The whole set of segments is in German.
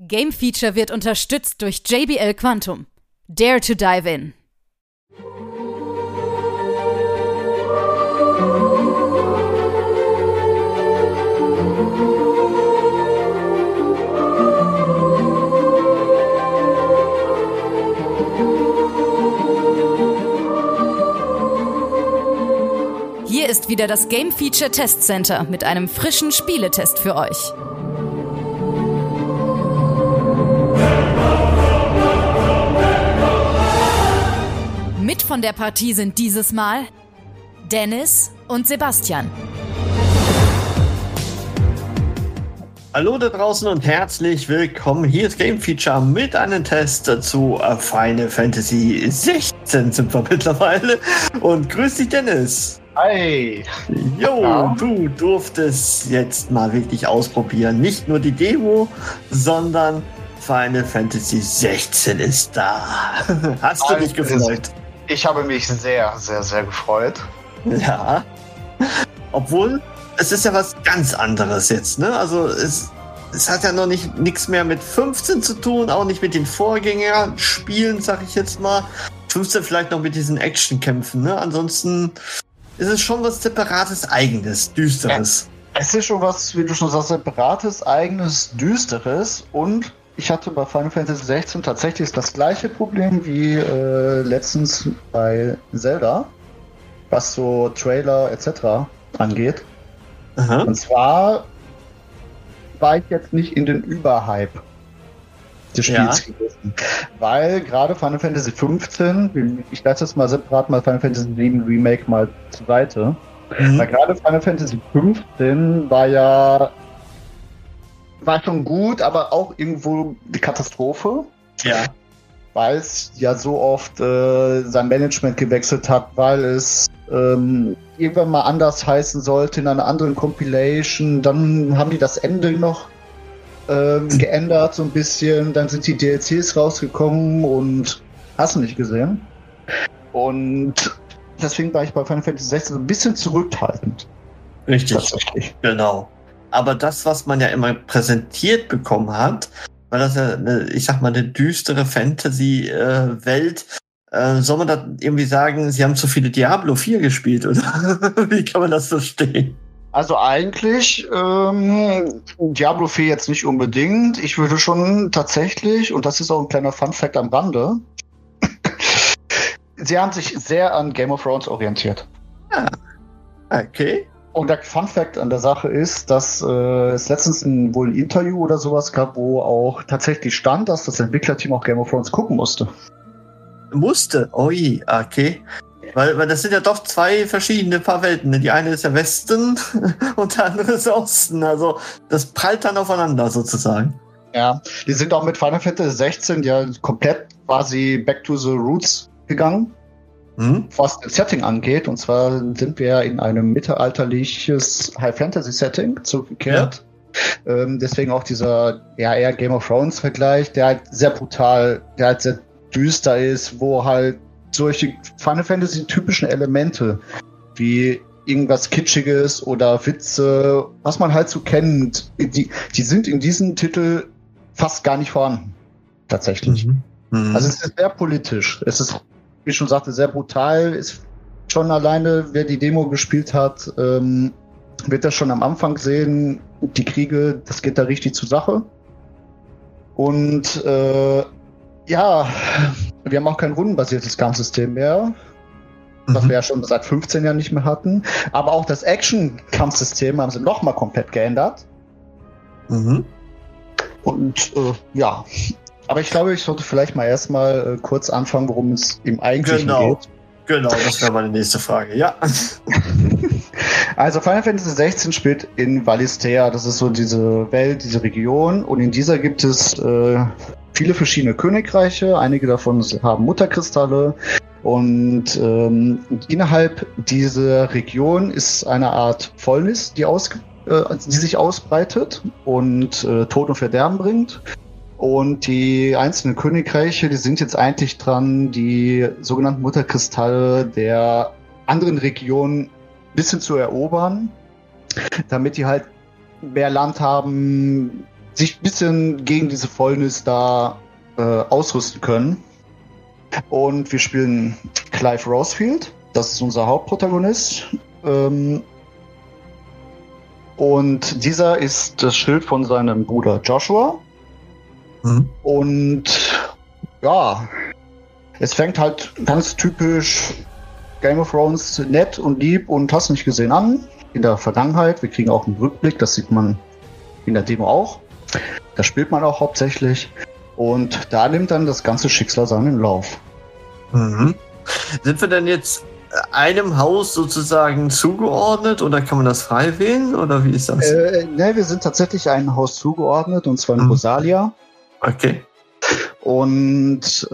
Game Feature wird unterstützt durch JBL Quantum. Dare to dive in. Hier ist wieder das Game Feature Test Center mit einem frischen Spieletest für euch. Mit von der Partie sind dieses Mal Dennis und Sebastian. Hallo da draußen und herzlich willkommen. Hier ist Game Feature mit einem Test zu Final Fantasy 16 sind wir mittlerweile. Und grüß dich, Dennis. Hi! Jo, du durftest jetzt mal wirklich ausprobieren. Nicht nur die Demo, sondern Final Fantasy 16 ist da. Hast du dich gefreut? Ich habe mich sehr, sehr, sehr gefreut. Ja. Obwohl, es ist ja was ganz anderes jetzt, ne? Also es hat ja noch nichts mehr mit 15 zu tun, auch nicht mit den Vorgängerspielen, sag ich jetzt mal. 15 vielleicht noch mit diesen Actionkämpfen, ne? Ansonsten ist es schon was Separates, Eigenes, Düsteres. Es ist schon was, wie du schon sagst, Separates, Eigenes, Düsteres. Und ich hatte bei Final Fantasy 16 tatsächlich das gleiche Problem wie letztens bei Zelda, was so Trailer etc. angeht. Aha. Und zwar war ich jetzt nicht in den Überhype des Spiels gewesen. Weil gerade Final Fantasy 15, ich lasse jetzt mal separat mal Final Fantasy 7 Remake mal zur Seite, weil gerade Final Fantasy 15 war schon gut, aber auch irgendwo die Katastrophe. Ja. Weil es ja so oft sein Management gewechselt hat, weil es irgendwann mal anders heißen sollte in einer anderen Compilation. Dann haben die das Ende noch geändert so ein bisschen. Dann sind die DLCs rausgekommen und hast du nicht gesehen. Und deswegen war ich bei Final Fantasy 16 so ein bisschen zurückhaltend. Richtig, genau. Aber das, was man ja immer präsentiert bekommen hat, weil das ja, ich sag mal, eine düstere Fantasy-Welt, soll man da irgendwie sagen, sie haben zu viele Diablo 4 gespielt, oder? Wie kann man das verstehen? Also eigentlich Diablo 4 jetzt nicht unbedingt. Ich würde schon tatsächlich, und das ist auch ein kleiner Fun-Fact am Rande, sie haben sich sehr an Game of Thrones orientiert. Ja, okay. Und der Fun-Fact an der Sache ist, dass es letztens wohl ein Interview oder sowas gab, wo auch tatsächlich stand, dass das Entwicklerteam auch Game of Thrones gucken musste. Ui, okay. Weil das sind ja doch zwei verschiedene Paar Welten. Die eine ist der Westen und der andere ist der Osten. Also das prallt dann aufeinander sozusagen. Ja, die sind auch mit Final Fantasy 16 ja komplett quasi back to the roots gegangen, was das Setting angeht. Und zwar sind wir in einem mittelalterliches High-Fantasy-Setting zurückgekehrt. Ja. Deswegen auch dieser eher Game of Thrones-Vergleich, der halt sehr brutal, der halt sehr düster ist, wo halt solche Final Fantasy typischen Elemente wie irgendwas Kitschiges oder Witze, was man halt so kennt, die sind in diesem Titel fast gar nicht vorhanden. Tatsächlich. Also es ist sehr politisch. Es ist, wie ich schon sagte, sehr brutal. Ist schon alleine, wer die Demo gespielt hat, wird das schon am Anfang sehen. Die Kriege, das geht da richtig zur Sache. Und wir haben auch kein rundenbasiertes Kampfsystem mehr, was wir ja schon seit 15 Jahren nicht mehr hatten. Aber auch das Action-Kampfsystem haben sie nochmal komplett geändert. Und aber ich glaube, ich sollte vielleicht mal erstmal kurz anfangen, worum es im Eigentlichen geht. Genau, das wäre meine nächste Frage, ja. Also Final Fantasy 16 spielt in Valisthea, das ist so diese Welt, diese Region, und in dieser gibt es viele verschiedene Königreiche, einige davon haben Mutterkristalle, und innerhalb dieser Region ist eine Art Fäulnis, die sich ausbreitet und Tod und Verderben bringt. Und die einzelnen Königreiche, die sind jetzt eigentlich dran, die sogenannten Mutterkristalle der anderen Regionen ein bisschen zu erobern, damit die halt mehr Land haben, sich ein bisschen gegen diese Fäulnis da ausrüsten können. Und wir spielen Clive Rosefield, das ist unser Hauptprotagonist. Und dieser ist das Schild von seinem Bruder Joshua. Und ja, es fängt halt ganz typisch Game of Thrones nett und lieb und hast nicht gesehen an. In der Vergangenheit, wir kriegen auch einen Rückblick, das sieht man in der Demo auch. Da spielt man auch hauptsächlich. Und da nimmt dann das ganze Schicksal seinen Lauf. Mhm. Sind wir denn jetzt einem Haus sozusagen zugeordnet oder kann man das frei wählen oder wie ist das? Ne, wir sind tatsächlich einem Haus zugeordnet und zwar in Rosalia. Okay. Und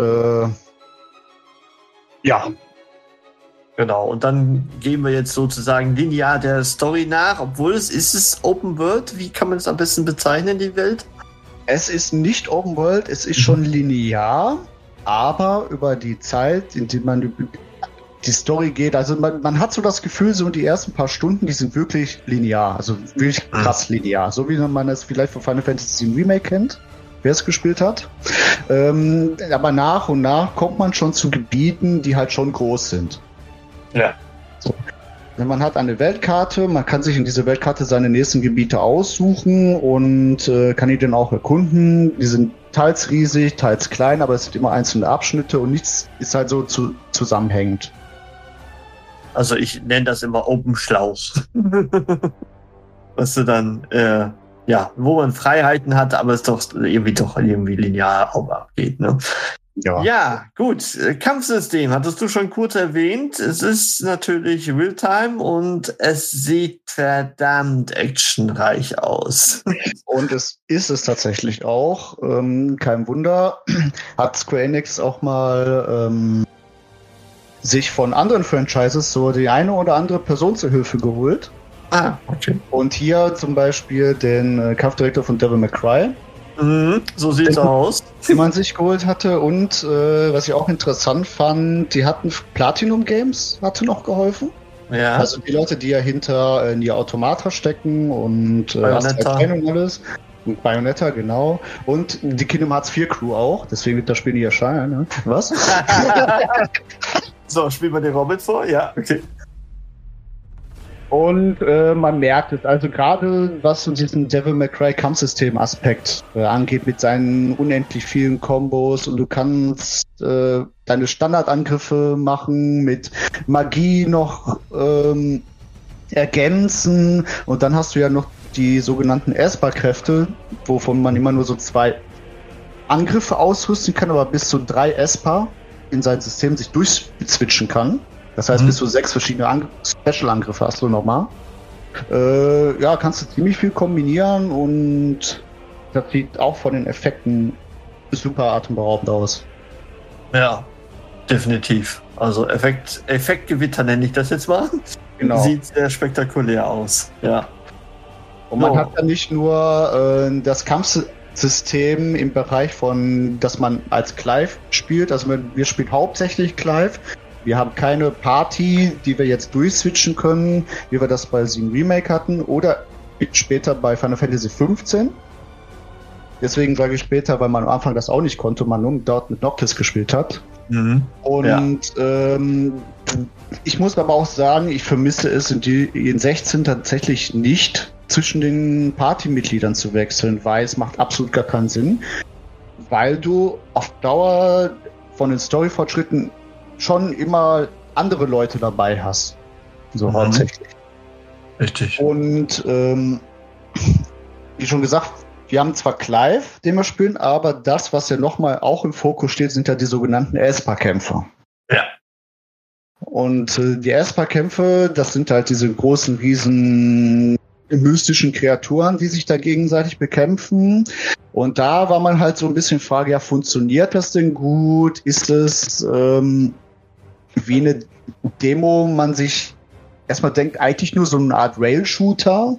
ja. Genau, und dann gehen wir jetzt sozusagen linear der Story nach, obwohl ist es Open World? Wie kann man es am besten bezeichnen, die Welt? Es ist nicht Open World, es ist schon linear, aber über die Zeit, in die man die Story geht, also man hat so das Gefühl, so die ersten paar Stunden, die sind wirklich linear, also wirklich krass linear, so wie man es vielleicht von Final Fantasy VII Remake kennt, wer es gespielt hat. Aber nach und nach kommt man schon zu Gebieten, die halt schon groß sind. Ja. So. Man hat eine Weltkarte, man kann sich in diese Weltkarte seine nächsten Gebiete aussuchen und kann die dann auch erkunden. Die sind teils riesig, teils klein, aber es sind immer einzelne Abschnitte und nichts ist halt so zusammenhängend. Also ich nenne das immer Open Schlauch. Was du dann, wo man Freiheiten hat, aber es doch irgendwie linear auch abgeht, ne? Ja, gut. Kampfsystem hattest du schon kurz erwähnt. Es ist natürlich Realtime und es sieht verdammt actionreich aus. Und es ist es tatsächlich auch. Kein Wunder. Hat Square Enix auch mal sich von anderen Franchises so die eine oder andere Person zur Hilfe geholt. Ah, okay. Und hier zum Beispiel den Kampfdirektor von Devil May Cry. So sieht's aus. Den man sich geholt hatte. Und was ich auch interessant fand, die hatten Platinum Games, hatte noch geholfen. Ja. Also die Leute, die ja hinter Nier Automata stecken und Bayonetta und alles. Und Bayonetta, genau. Und die Kingdom Hearts 4 Crew auch. Deswegen wird das Spiel nie erscheinen. Ne? Was? So, spielen wir den Robin vor? Ja, okay. Und man merkt es, also gerade was so diesen Devil May Cry Kampfsystem-Aspekt angeht, mit seinen unendlich vielen Kombos und du kannst deine Standardangriffe machen, mit Magie noch ergänzen und dann hast du ja noch die sogenannten Esper-Kräfte, wovon man immer nur so 2 Angriffe ausrüsten kann, aber bis zu 3 Esper in sein System sich durchswitchen kann. Das heißt, bis zu 6 verschiedene Special-Angriffe hast du nochmal. Kannst du ziemlich viel kombinieren und das sieht auch von den Effekten super atemberaubend aus. Ja, definitiv. Also Effektgewitter nenne ich das jetzt mal. Genau. Sieht sehr spektakulär aus. Ja. Und man hat ja nicht nur das Kampfsystem im Bereich von, dass man als Clive spielt. Also wir spielen hauptsächlich Clive. Wir haben keine Party, die wir jetzt durchswitchen können, wie wir das bei Siegen Remake hatten oder später bei Final Fantasy 15. Deswegen sage ich später, weil man am Anfang das auch nicht konnte, man nur dort mit Noctis gespielt hat. Und ich muss aber auch sagen, ich vermisse es in 16 tatsächlich nicht, zwischen den Partymitgliedern zu wechseln, weil es macht absolut gar keinen Sinn, weil du auf Dauer von den Storyfortschritten schon immer andere Leute dabei hast. So hauptsächlich. Richtig. Und wie schon gesagt, wir haben zwar Clive, den wir spielen, aber das, was ja nochmal auch im Fokus steht, sind ja die sogenannten Esper-Kämpfer. Ja. Und die Esper-Kämpfe, das sind halt diese großen, riesen mystischen Kreaturen, die sich da gegenseitig bekämpfen. Und da war man halt so ein bisschen Frage, ja, funktioniert das denn gut? Ist es wie eine Demo, man sich erstmal denkt, eigentlich nur so eine Art Rail-Shooter?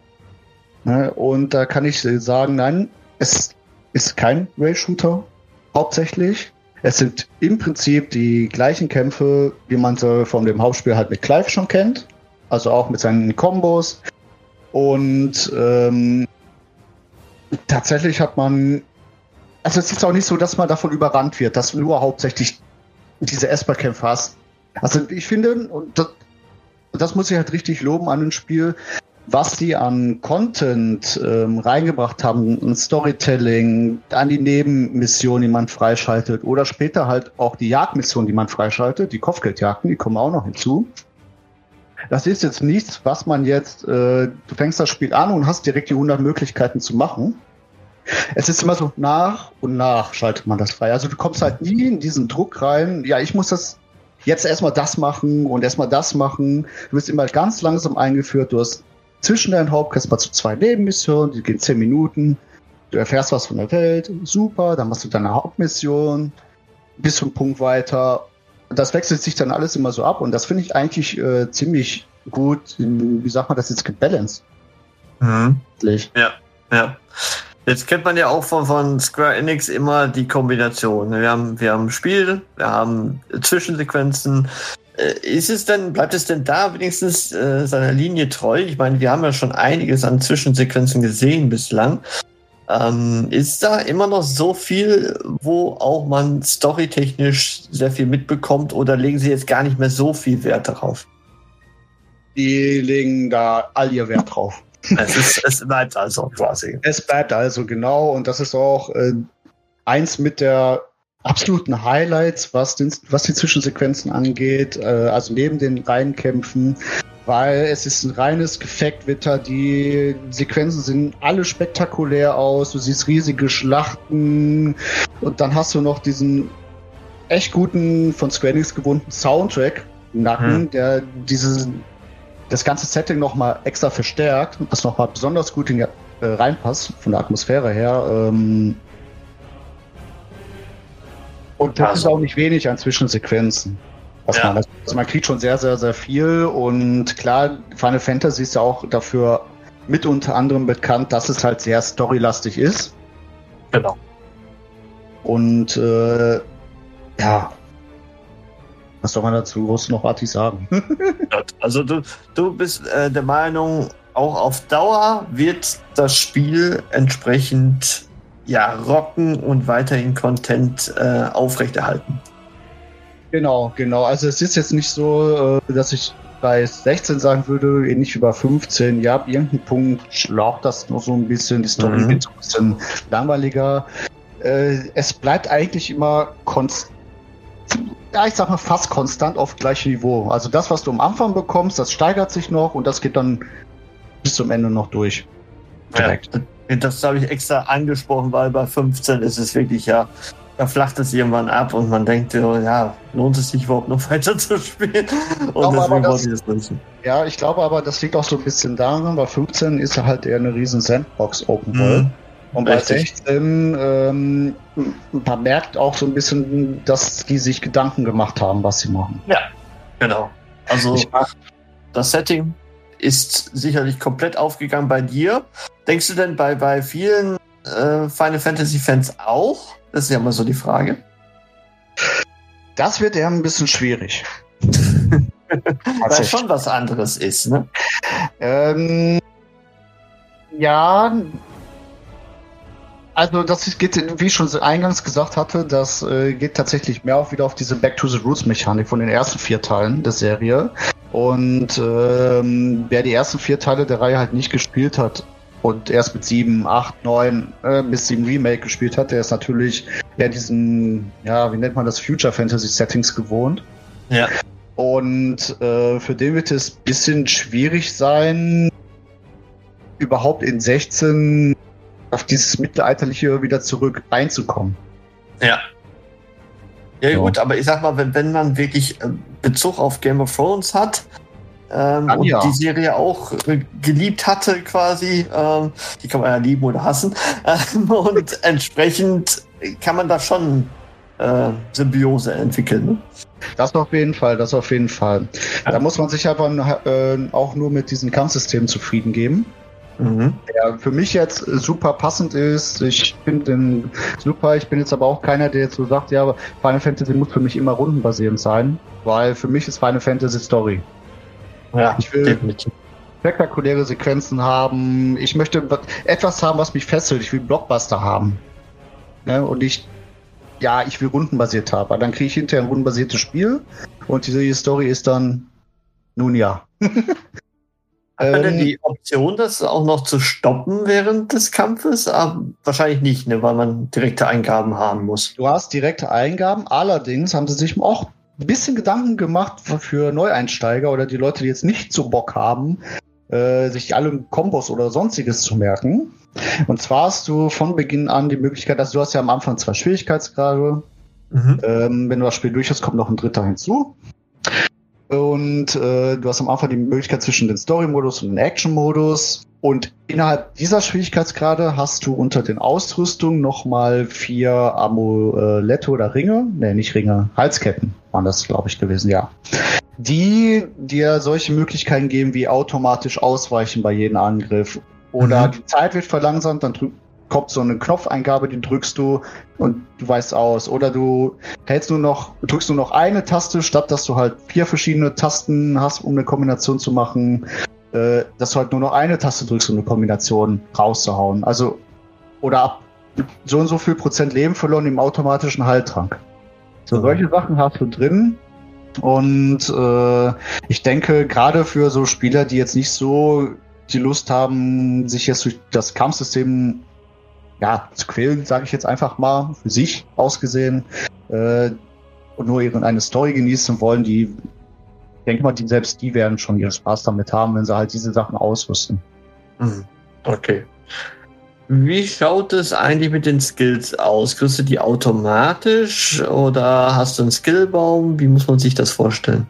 Ne? Und da kann ich sagen, nein, es ist kein Rail-Shooter hauptsächlich. Es sind im Prinzip die gleichen Kämpfe, wie man sie von dem Hauptspiel halt mit Clive schon kennt. Also auch mit seinen Kombos. Und Tatsächlich hat man, also es ist auch nicht so, dass man davon überrannt wird, dass du nur hauptsächlich diese Esper-Kämpfe hast. Also ich finde, und das muss ich halt richtig loben an dem Spiel, was die an Content reingebracht haben, ein Storytelling, an die Nebenmissionen, die man freischaltet oder später halt auch die Jagdmissionen, die man freischaltet, die Kopfgeldjagden, die kommen auch noch hinzu. Das ist jetzt nichts, was man jetzt, du fängst das Spiel an und hast direkt die 100 Möglichkeiten zu machen. Es ist immer so nach und nach schaltet man das frei. Also du kommst halt nie in diesen Druck rein, ja, ich muss das jetzt erstmal das machen und erstmal das machen. Du wirst immer ganz langsam eingeführt, du hast zwischen deinen Hauptquests mal zu 2 Nebenmissionen, die gehen 10 Minuten. Du erfährst was von der Welt, super, dann machst du deine Hauptmission, bis zum Punkt weiter. Das wechselt sich dann alles immer so ab und das finde ich eigentlich ziemlich gut, wie sagt man das jetzt, gebalanced. Mhm. Ja. Jetzt kennt man ja auch von Square Enix immer die Kombination. Wir haben ein Spiel, wir haben Zwischensequenzen. Bleibt es denn da wenigstens seiner Linie treu? Ich meine, wir haben ja schon einiges an Zwischensequenzen gesehen bislang. Ist da immer noch so viel, wo auch man storytechnisch sehr viel mitbekommt, oder legen sie jetzt gar nicht mehr so viel Wert darauf? Die legen da all ihr Wert drauf. Es bleibt also quasi. Es bleibt also, genau, und das ist auch eins mit der absoluten Highlights, was die Zwischensequenzen angeht, also neben den Reihenkämpfen, weil es ist ein reines Gefechtwetter, die Sequenzen sehen alle spektakulär aus, du siehst riesige Schlachten und dann hast du noch diesen echt guten, von Square Enix gewohnten Soundtrack im Nacken, der das ganze Setting nochmal extra verstärkt und das nochmal besonders gut reinpasst, von der Atmosphäre her. Und das ist auch nicht wenig an Zwischensequenzen. Man kriegt schon sehr, sehr, sehr viel. Und klar, Final Fantasy ist ja auch dafür mit unter anderem bekannt, dass es halt sehr storylastig ist. Genau. Und was soll man dazu groß noch artig sagen? Also du bist der Meinung, auch auf Dauer wird das Spiel entsprechend rocken und weiterhin Content aufrechterhalten. Genau. Also es ist jetzt nicht so, dass ich bei 16 sagen würde, ähnlich wie bei 15, ja, ab irgendeinem Punkt schlaucht das noch so ein bisschen, die Story wird so ein bisschen langweiliger. Es bleibt eigentlich immer ich sag mal fast konstant auf gleichem Niveau. Also das, was du am Anfang bekommst, das steigert sich noch und das geht dann bis zum Ende noch durch. Direkt. Ja, das habe ich extra angesprochen, weil bei 15 ist es wirklich da flacht es irgendwann ab und man denkt, lohnt es sich überhaupt noch weiter zu spielen? Und deswegen wollte ich das wissen. Ja, ich glaube aber, das liegt auch so ein bisschen daran, bei 15 ist ja halt eher eine riesen Sandbox Open World. Und bei 16, man merkt auch so ein bisschen, dass die sich Gedanken gemacht haben, was sie machen. Ja, genau. Also das Setting ist sicherlich komplett aufgegangen bei dir. Denkst du denn bei vielen Final Fantasy Fans auch? Das ist ja mal so die Frage. Das wird eher ein bisschen schwierig. Weil es schon was anderes ist, ne? Ja. Also das geht, wie ich schon eingangs gesagt hatte, das geht tatsächlich mehr auch wieder auf diese Back-to-the-Roots-Mechanik von den ersten 4 Teilen der Serie. Und wer die ersten 4 Teile der Reihe halt nicht gespielt hat und erst mit 7, 8, 9 bis 7 Remake gespielt hat, der ist natürlich diesen, wie nennt man das, Future-Fantasy-Settings gewohnt. Ja. Und für den wird es ein bisschen schwierig sein, überhaupt in 16 auf dieses Mittelalterliche wieder zurück reinzukommen. Ja. Ja, gut, aber ich sag mal, wenn man wirklich Bezug auf Game of Thrones hat und die Serie auch geliebt hatte quasi, die kann man ja lieben oder hassen, und entsprechend kann man da schon Symbiose entwickeln. Ne? Das auf jeden Fall. Da muss man sich aber auch nur mit diesen Kampfsystemen zufrieden geben. Der für mich jetzt super passend ist. Ich finde den super. Ich bin jetzt aber auch keiner, der jetzt so sagt, aber Final Fantasy muss für mich immer rundenbasierend sein, weil für mich ist Final Fantasy Story. Ja, ich will spektakuläre Sequenzen haben. Ich möchte etwas haben, was mich fesselt. Ich will Blockbuster haben. Ne? Und ich will rundenbasiert haben. Aber dann kriege ich hinterher ein rundenbasiertes Spiel und diese Story ist dann, nun ja. Hat man denn die Option, das auch noch zu stoppen während des Kampfes? Aber wahrscheinlich nicht, ne, weil man direkte Eingaben haben muss. Du hast direkte Eingaben, allerdings haben sie sich auch ein bisschen Gedanken gemacht für Neueinsteiger oder die Leute, die jetzt nicht so Bock haben, sich alle Kombos oder sonstiges zu merken. Und zwar hast du von Beginn an die Möglichkeit, also du hast ja am Anfang 2 Schwierigkeitsgrade. Wenn du das Spiel durch hast, kommt noch ein 3. hinzu. Und du hast am Anfang die Möglichkeit zwischen den Story-Modus und den Action-Modus. Und innerhalb dieser Schwierigkeitsgrade hast du unter den Ausrüstungen nochmal 4 Amulette oder Ringe. Ne, nicht Ringe, Halsketten waren das, glaube ich, gewesen, ja. Die dir solche Möglichkeiten geben wie automatisch ausweichen bei jedem Angriff. Oder die Zeit wird verlangsamt, dann kommt so eine Knopfeingabe, die drückst du und du weichst aus. Oder du drückst nur noch eine Taste, statt dass du halt 4 verschiedene Tasten hast, um eine Kombination zu machen, dass du halt nur noch eine Taste drückst, um eine Kombination rauszuhauen. Also, oder ab so und so viel Prozent Leben verloren im automatischen Heiltrank. So, solche Sachen hast du drin. Und ich denke, gerade für so Spieler, die jetzt nicht so die Lust haben, sich jetzt durch das Kampfsystem zu quälen, sage ich jetzt einfach mal, für sich ausgesehen, und nur eine Story genießen wollen, ich denke mal, die werden schon ihren Spaß damit haben, wenn sie halt diese Sachen ausrüsten. Okay. Wie schaut es eigentlich mit den Skills aus? Kriegst du die automatisch oder hast du einen Skillbaum? Wie muss man sich das vorstellen?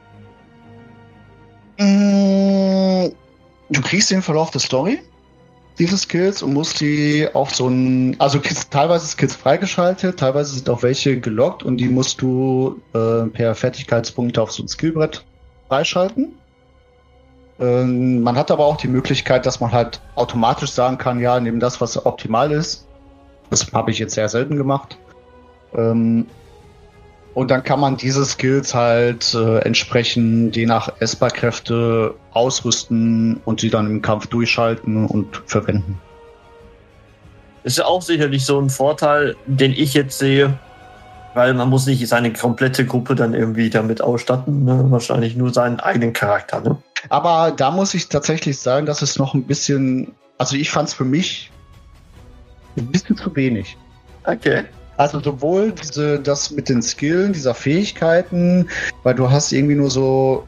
Du kriegst den Verlauf der Story, diese Skills, und musst die auf teilweise Skills freigeschaltet, teilweise sind auch welche gelockt und die musst du per Fertigkeitspunkte auf so ein Skillbrett freischalten. Man hat aber auch die Möglichkeit, dass man halt automatisch sagen kann, ja, neben das, was optimal ist. Das habe ich jetzt sehr selten gemacht. Und dann kann man diese Skills halt entsprechend je nach Esper-Kräfte ausrüsten und sie dann im Kampf durchschalten und verwenden. Ist ja auch sicherlich so ein Vorteil, den ich jetzt sehe, weil man muss nicht seine komplette Gruppe dann irgendwie damit ausstatten, ne? Wahrscheinlich nur seinen eigenen Charakter, ne? Aber da muss ich tatsächlich sagen, dass es noch ein bisschen, also ich fand es für mich ein bisschen zu wenig. Okay. Also sowohl das mit den Skills, dieser Fähigkeiten, weil du hast irgendwie nur so,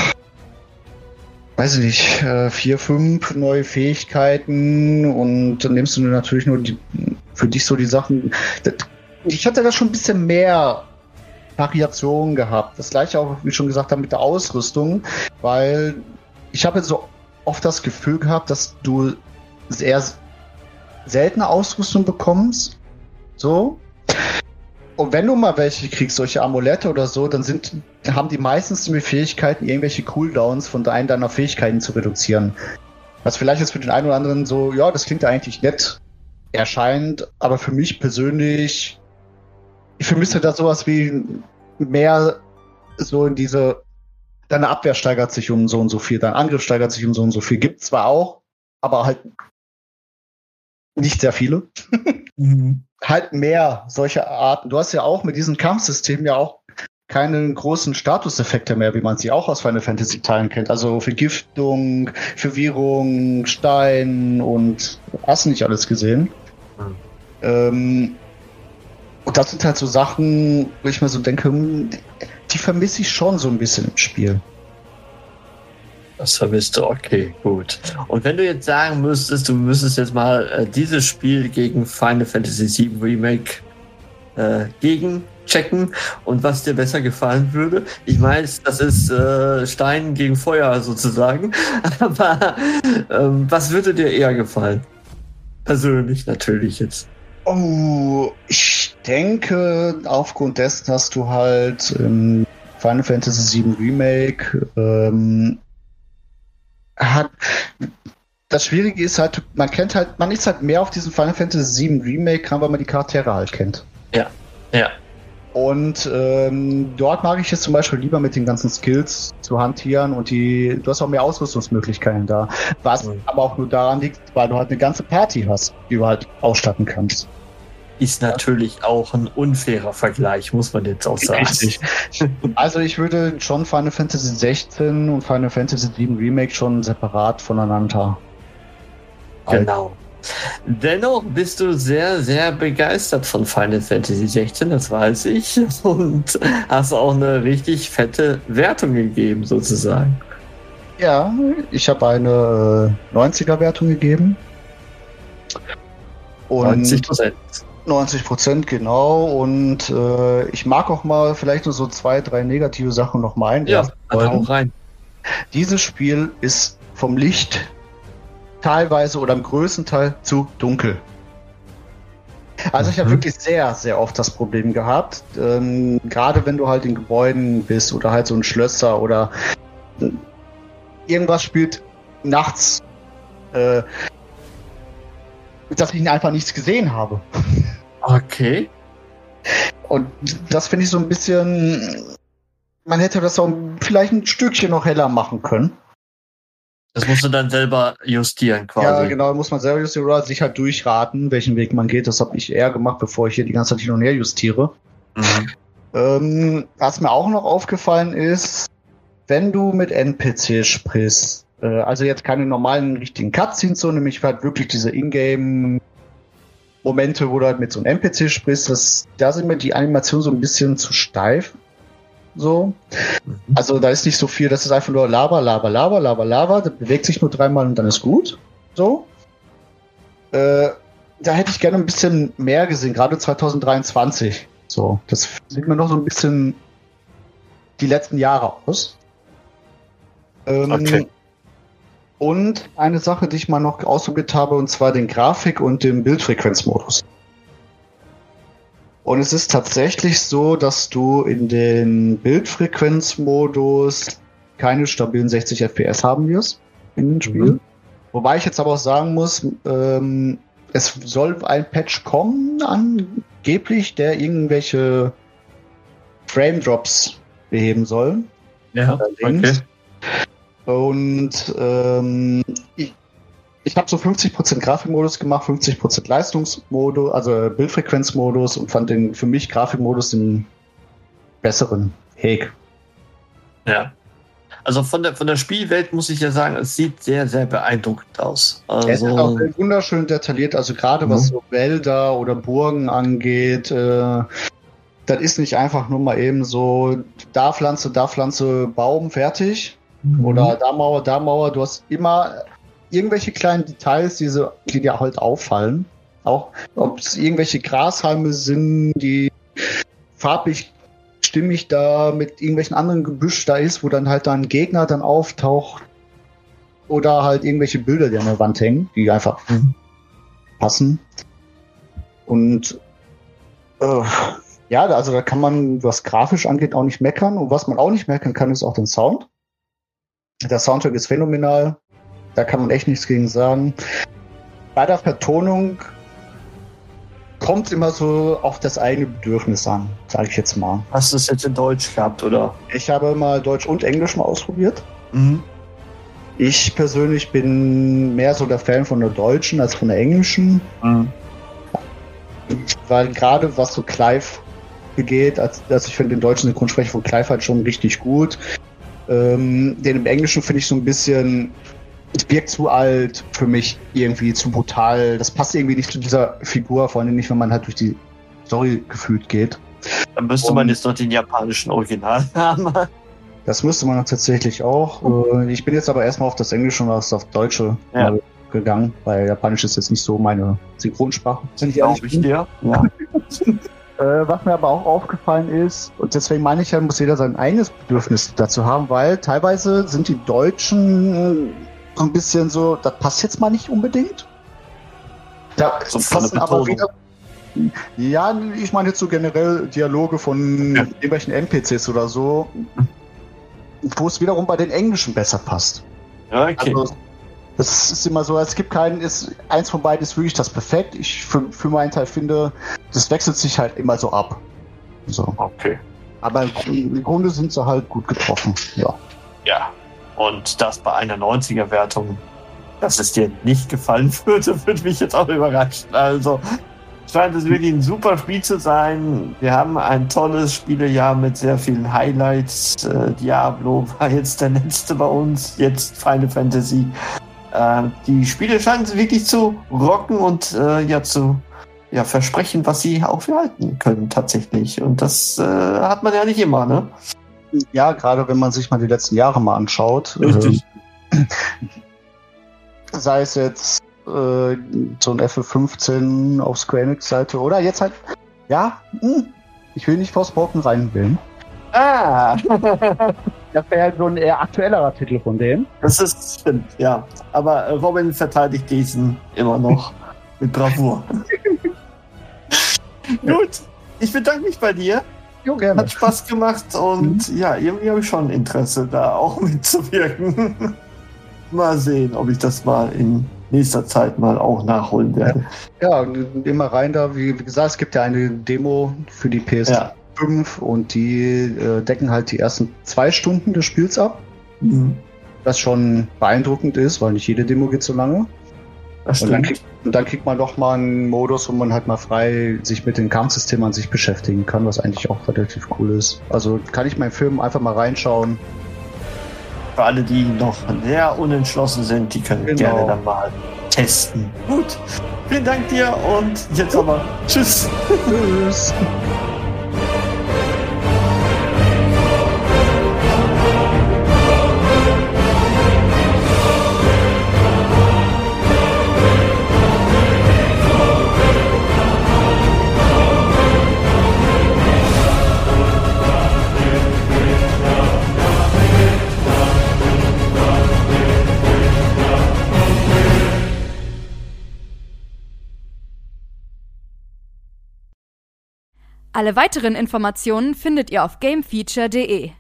weiß ich nicht, 4, 5 neue Fähigkeiten und dann nimmst du natürlich nur für dich so die Sachen. Ich hatte da schon ein bisschen mehr Variationen gehabt. Das gleiche auch, wie ich schon gesagt habe, mit der Ausrüstung, weil ich habe jetzt so oft das Gefühl gehabt, dass du sehr seltene Ausrüstung bekommst. So. Und wenn du mal welche kriegst, solche Amulette oder so, dann haben die meistens die Fähigkeiten, irgendwelche Cooldowns von deiner Fähigkeiten zu reduzieren. Was vielleicht jetzt für den einen oder anderen so, ja, das klingt eigentlich nett erscheint, aber für mich persönlich, ich vermisse da sowas wie mehr so in deine Abwehr steigert sich um so und so viel, dein Angriff steigert sich um so und so viel. Gibt zwar auch, aber halt nicht sehr viele. Halt mehr solche Arten. Du hast ja auch mit diesem Kampfsystem ja auch keine großen Statuseffekte mehr, wie man sie auch aus Final Fantasy Teilen kennt. Also Vergiftung, Verwirrung, Stein und hast du nicht alles gesehen. Und das sind halt so Sachen, wo ich mir so denke, die vermisse ich schon so ein bisschen im Spiel. Das vermisst du, okay, gut. Und wenn du jetzt sagen müsstest, du müsstest jetzt mal dieses Spiel gegen Final Fantasy VII Remake gegenchecken und was dir besser gefallen würde. Ich meine, das ist Stein gegen Feuer sozusagen, aber was würde dir eher gefallen? Persönlich natürlich jetzt. Oh, ich denke, aufgrund dessen, dass du halt Final Fantasy VII Remake das Schwierige ist halt, man ist halt mehr auf diesen Final Fantasy VII Remake, weil man die Charaktere halt kennt. Ja. Und dort mag ich es zum Beispiel lieber mit den ganzen Skills zu hantieren und du hast auch mehr Ausrüstungsmöglichkeiten da. Was aber auch nur daran liegt, weil du halt eine ganze Party hast, die du halt ausstatten kannst. Ist natürlich auch ein unfairer Vergleich, muss man jetzt auch sagen. Richtig. Also ich würde schon Final Fantasy 16 und Final Fantasy 7 Remake schon separat voneinander halten. Genau. Dennoch bist du sehr, sehr begeistert von Final Fantasy 16, das weiß ich. Und hast auch eine richtig fette Wertung gegeben, sozusagen. Ja, ich habe eine 90er-Wertung gegeben. Und 90%. 90%, genau. Und ich mag auch mal vielleicht nur so 2, 3 negative Sachen noch mal einwerfen. Ja, auch rein. Dieses Spiel ist vom Licht teilweise oder im größten Teil zu dunkel. Also ich habe wirklich sehr, sehr oft das Problem gehabt, gerade wenn du halt in Gebäuden bist oder halt so ein Schlösser oder irgendwas spielt nachts, dass ich einfach nichts gesehen habe. Okay. Und das finde ich so ein bisschen, man hätte das auch vielleicht ein Stückchen noch heller machen können. Das musst du dann selber justieren quasi. Ja, genau, muss man selber justieren oder sich halt durchraten, welchen Weg man geht. Das habe ich eher gemacht, bevor ich hier die ganze Zeit hin und her justiere. Was mir auch noch aufgefallen ist, wenn du mit NPCs sprichst, also jetzt keine normalen richtigen Cutscenes, so nämlich halt wirklich diese Ingame-Momente, wo du halt mit so einem NPC sprichst, da sind mir die Animationen so ein bisschen zu steif. So. Also da ist nicht so viel, das ist einfach nur Laber, Laber, Laber, Laber, Laber, das bewegt sich nur 3-mal und dann ist gut. So. Da hätte ich gerne ein bisschen mehr gesehen, gerade 2023. So, das sieht mir noch so ein bisschen die letzten Jahre aus. Okay. Und eine Sache, die ich mal noch ausprobiert habe, und zwar den Grafik- und den Bildfrequenzmodus. Und es ist tatsächlich so, dass du in den Bildfrequenzmodus keine stabilen 60 FPS haben wirst in dem Spiel. Wobei ich jetzt aber auch sagen muss, es soll ein Patch kommen, angeblich, der irgendwelche Frame-Drops beheben soll. Ja, okay. Und ich habe so 50% Grafikmodus gemacht, 50% Leistungsmodus, also Bildfrequenzmodus und fand den für mich Grafikmodus den besseren Weg. Ja. Also von der Spielwelt muss ich ja sagen, es sieht sehr, sehr beeindruckend aus. Also es ist auch wunderschön detailliert, also gerade was so Wälder oder Burgen angeht, das ist nicht einfach nur mal eben so, da Pflanze, Baum, fertig. Oder da Mauer, du hast immer irgendwelche kleinen Details, die dir halt auffallen. Auch ob es irgendwelche Grashalme sind, die farblich stimmig da mit irgendwelchen anderen Gebüsch da ist, wo dann halt ein Gegner dann auftaucht. Oder halt irgendwelche Bilder, die an der Wand hängen, die einfach passen. Und ja, also da kann man, was grafisch angeht, auch nicht meckern. Und was man auch nicht meckern kann, ist auch den Sound. Der Soundtrack ist phänomenal. Da kann man echt nichts gegen sagen. Bei der Vertonung kommt es immer so auf das eigene Bedürfnis an, sage ich jetzt mal. Hast du es jetzt in Deutsch gehabt, oder? Ich habe mal Deutsch und Englisch mal ausprobiert. Ich persönlich bin mehr so der Fan von der deutschen als von der englischen. Weil gerade was so Clive begeht, also ich finde den deutschen Synchronsprecher von Clive halt schon richtig gut. Den im Englischen finde ich so ein bisschen, es wirkt zu alt für mich, irgendwie zu brutal. Das passt irgendwie nicht zu dieser Figur, vor allem nicht, wenn man halt durch die Story gefühlt geht. Dann müsste man jetzt noch den japanischen Original haben. Das müsste man tatsächlich auch. Ich bin jetzt aber erstmal auf das Englische und auf Deutsche gegangen, weil Japanisch ist jetzt nicht so meine Synchronsprache. Wenn ich ehrlich bin. Ja. Was mir aber auch aufgefallen ist, und deswegen meine ich ja, muss jeder sein eigenes Bedürfnis dazu haben, weil teilweise sind die Deutschen so ein bisschen so, das passt jetzt mal nicht unbedingt. Da so passen aber wieder. Ja, ich meine jetzt so generell Dialoge von irgendwelchen NPCs oder so, wo es wiederum bei den Englischen besser passt. Ja, okay. Also, das ist immer so, es gibt keinen, eins von beiden ist wirklich das perfekt. Ich für meinen Teil finde, das wechselt sich halt immer so ab. So. Okay. Aber im Grunde sind sie halt gut getroffen, ja. Ja, und das bei einer 90er-Wertung, dass es dir nicht gefallen würde mich jetzt auch überraschen. Also scheint es wirklich ein super Spiel zu sein. Wir haben ein tolles Spielejahr mit sehr vielen Highlights. Diablo war jetzt der letzte bei uns, jetzt Final Fantasy. Die Spiele scheinen sie wirklich zu rocken und zu versprechen, was sie auch halten können tatsächlich. Und das hat man ja nicht immer, ne? Ja, gerade wenn man sich mal die letzten Jahre mal anschaut. Richtig. Sei es jetzt so ein FF15 auf Square Enix Seite oder jetzt halt, ich will nicht Forspoken reinwählen. Das wäre halt so ein eher aktuellerer Titel von dem. Das ist stimmt, ja. Aber Robin verteidigt diesen immer noch mit Bravour. Gut, ich bedanke mich bei dir. Jo, gerne. Hat Spaß gemacht und irgendwie habe ich schon Interesse, da auch mitzuwirken. Mal sehen, ob ich das mal in nächster Zeit mal auch nachholen werde. Ja, immer rein da. Wie gesagt, es gibt ja eine Demo für die PS5 und die decken halt die ersten 2 Stunden des Spiels ab. Mhm. Was schon beeindruckend ist, weil nicht jede Demo geht so lange. Und dann kriegt man doch mal einen Modus, wo man halt mal frei sich mit dem Kampfsystem an sich beschäftigen kann, was eigentlich auch relativ cool ist. Also kann ich meinen Film einfach mal reinschauen. Für alle, die noch sehr unentschlossen sind, die können gerne dann mal testen. Gut, vielen Dank dir und jetzt aber tschüss. Tschüss. Alle weiteren Informationen findet ihr auf gamefeature.de.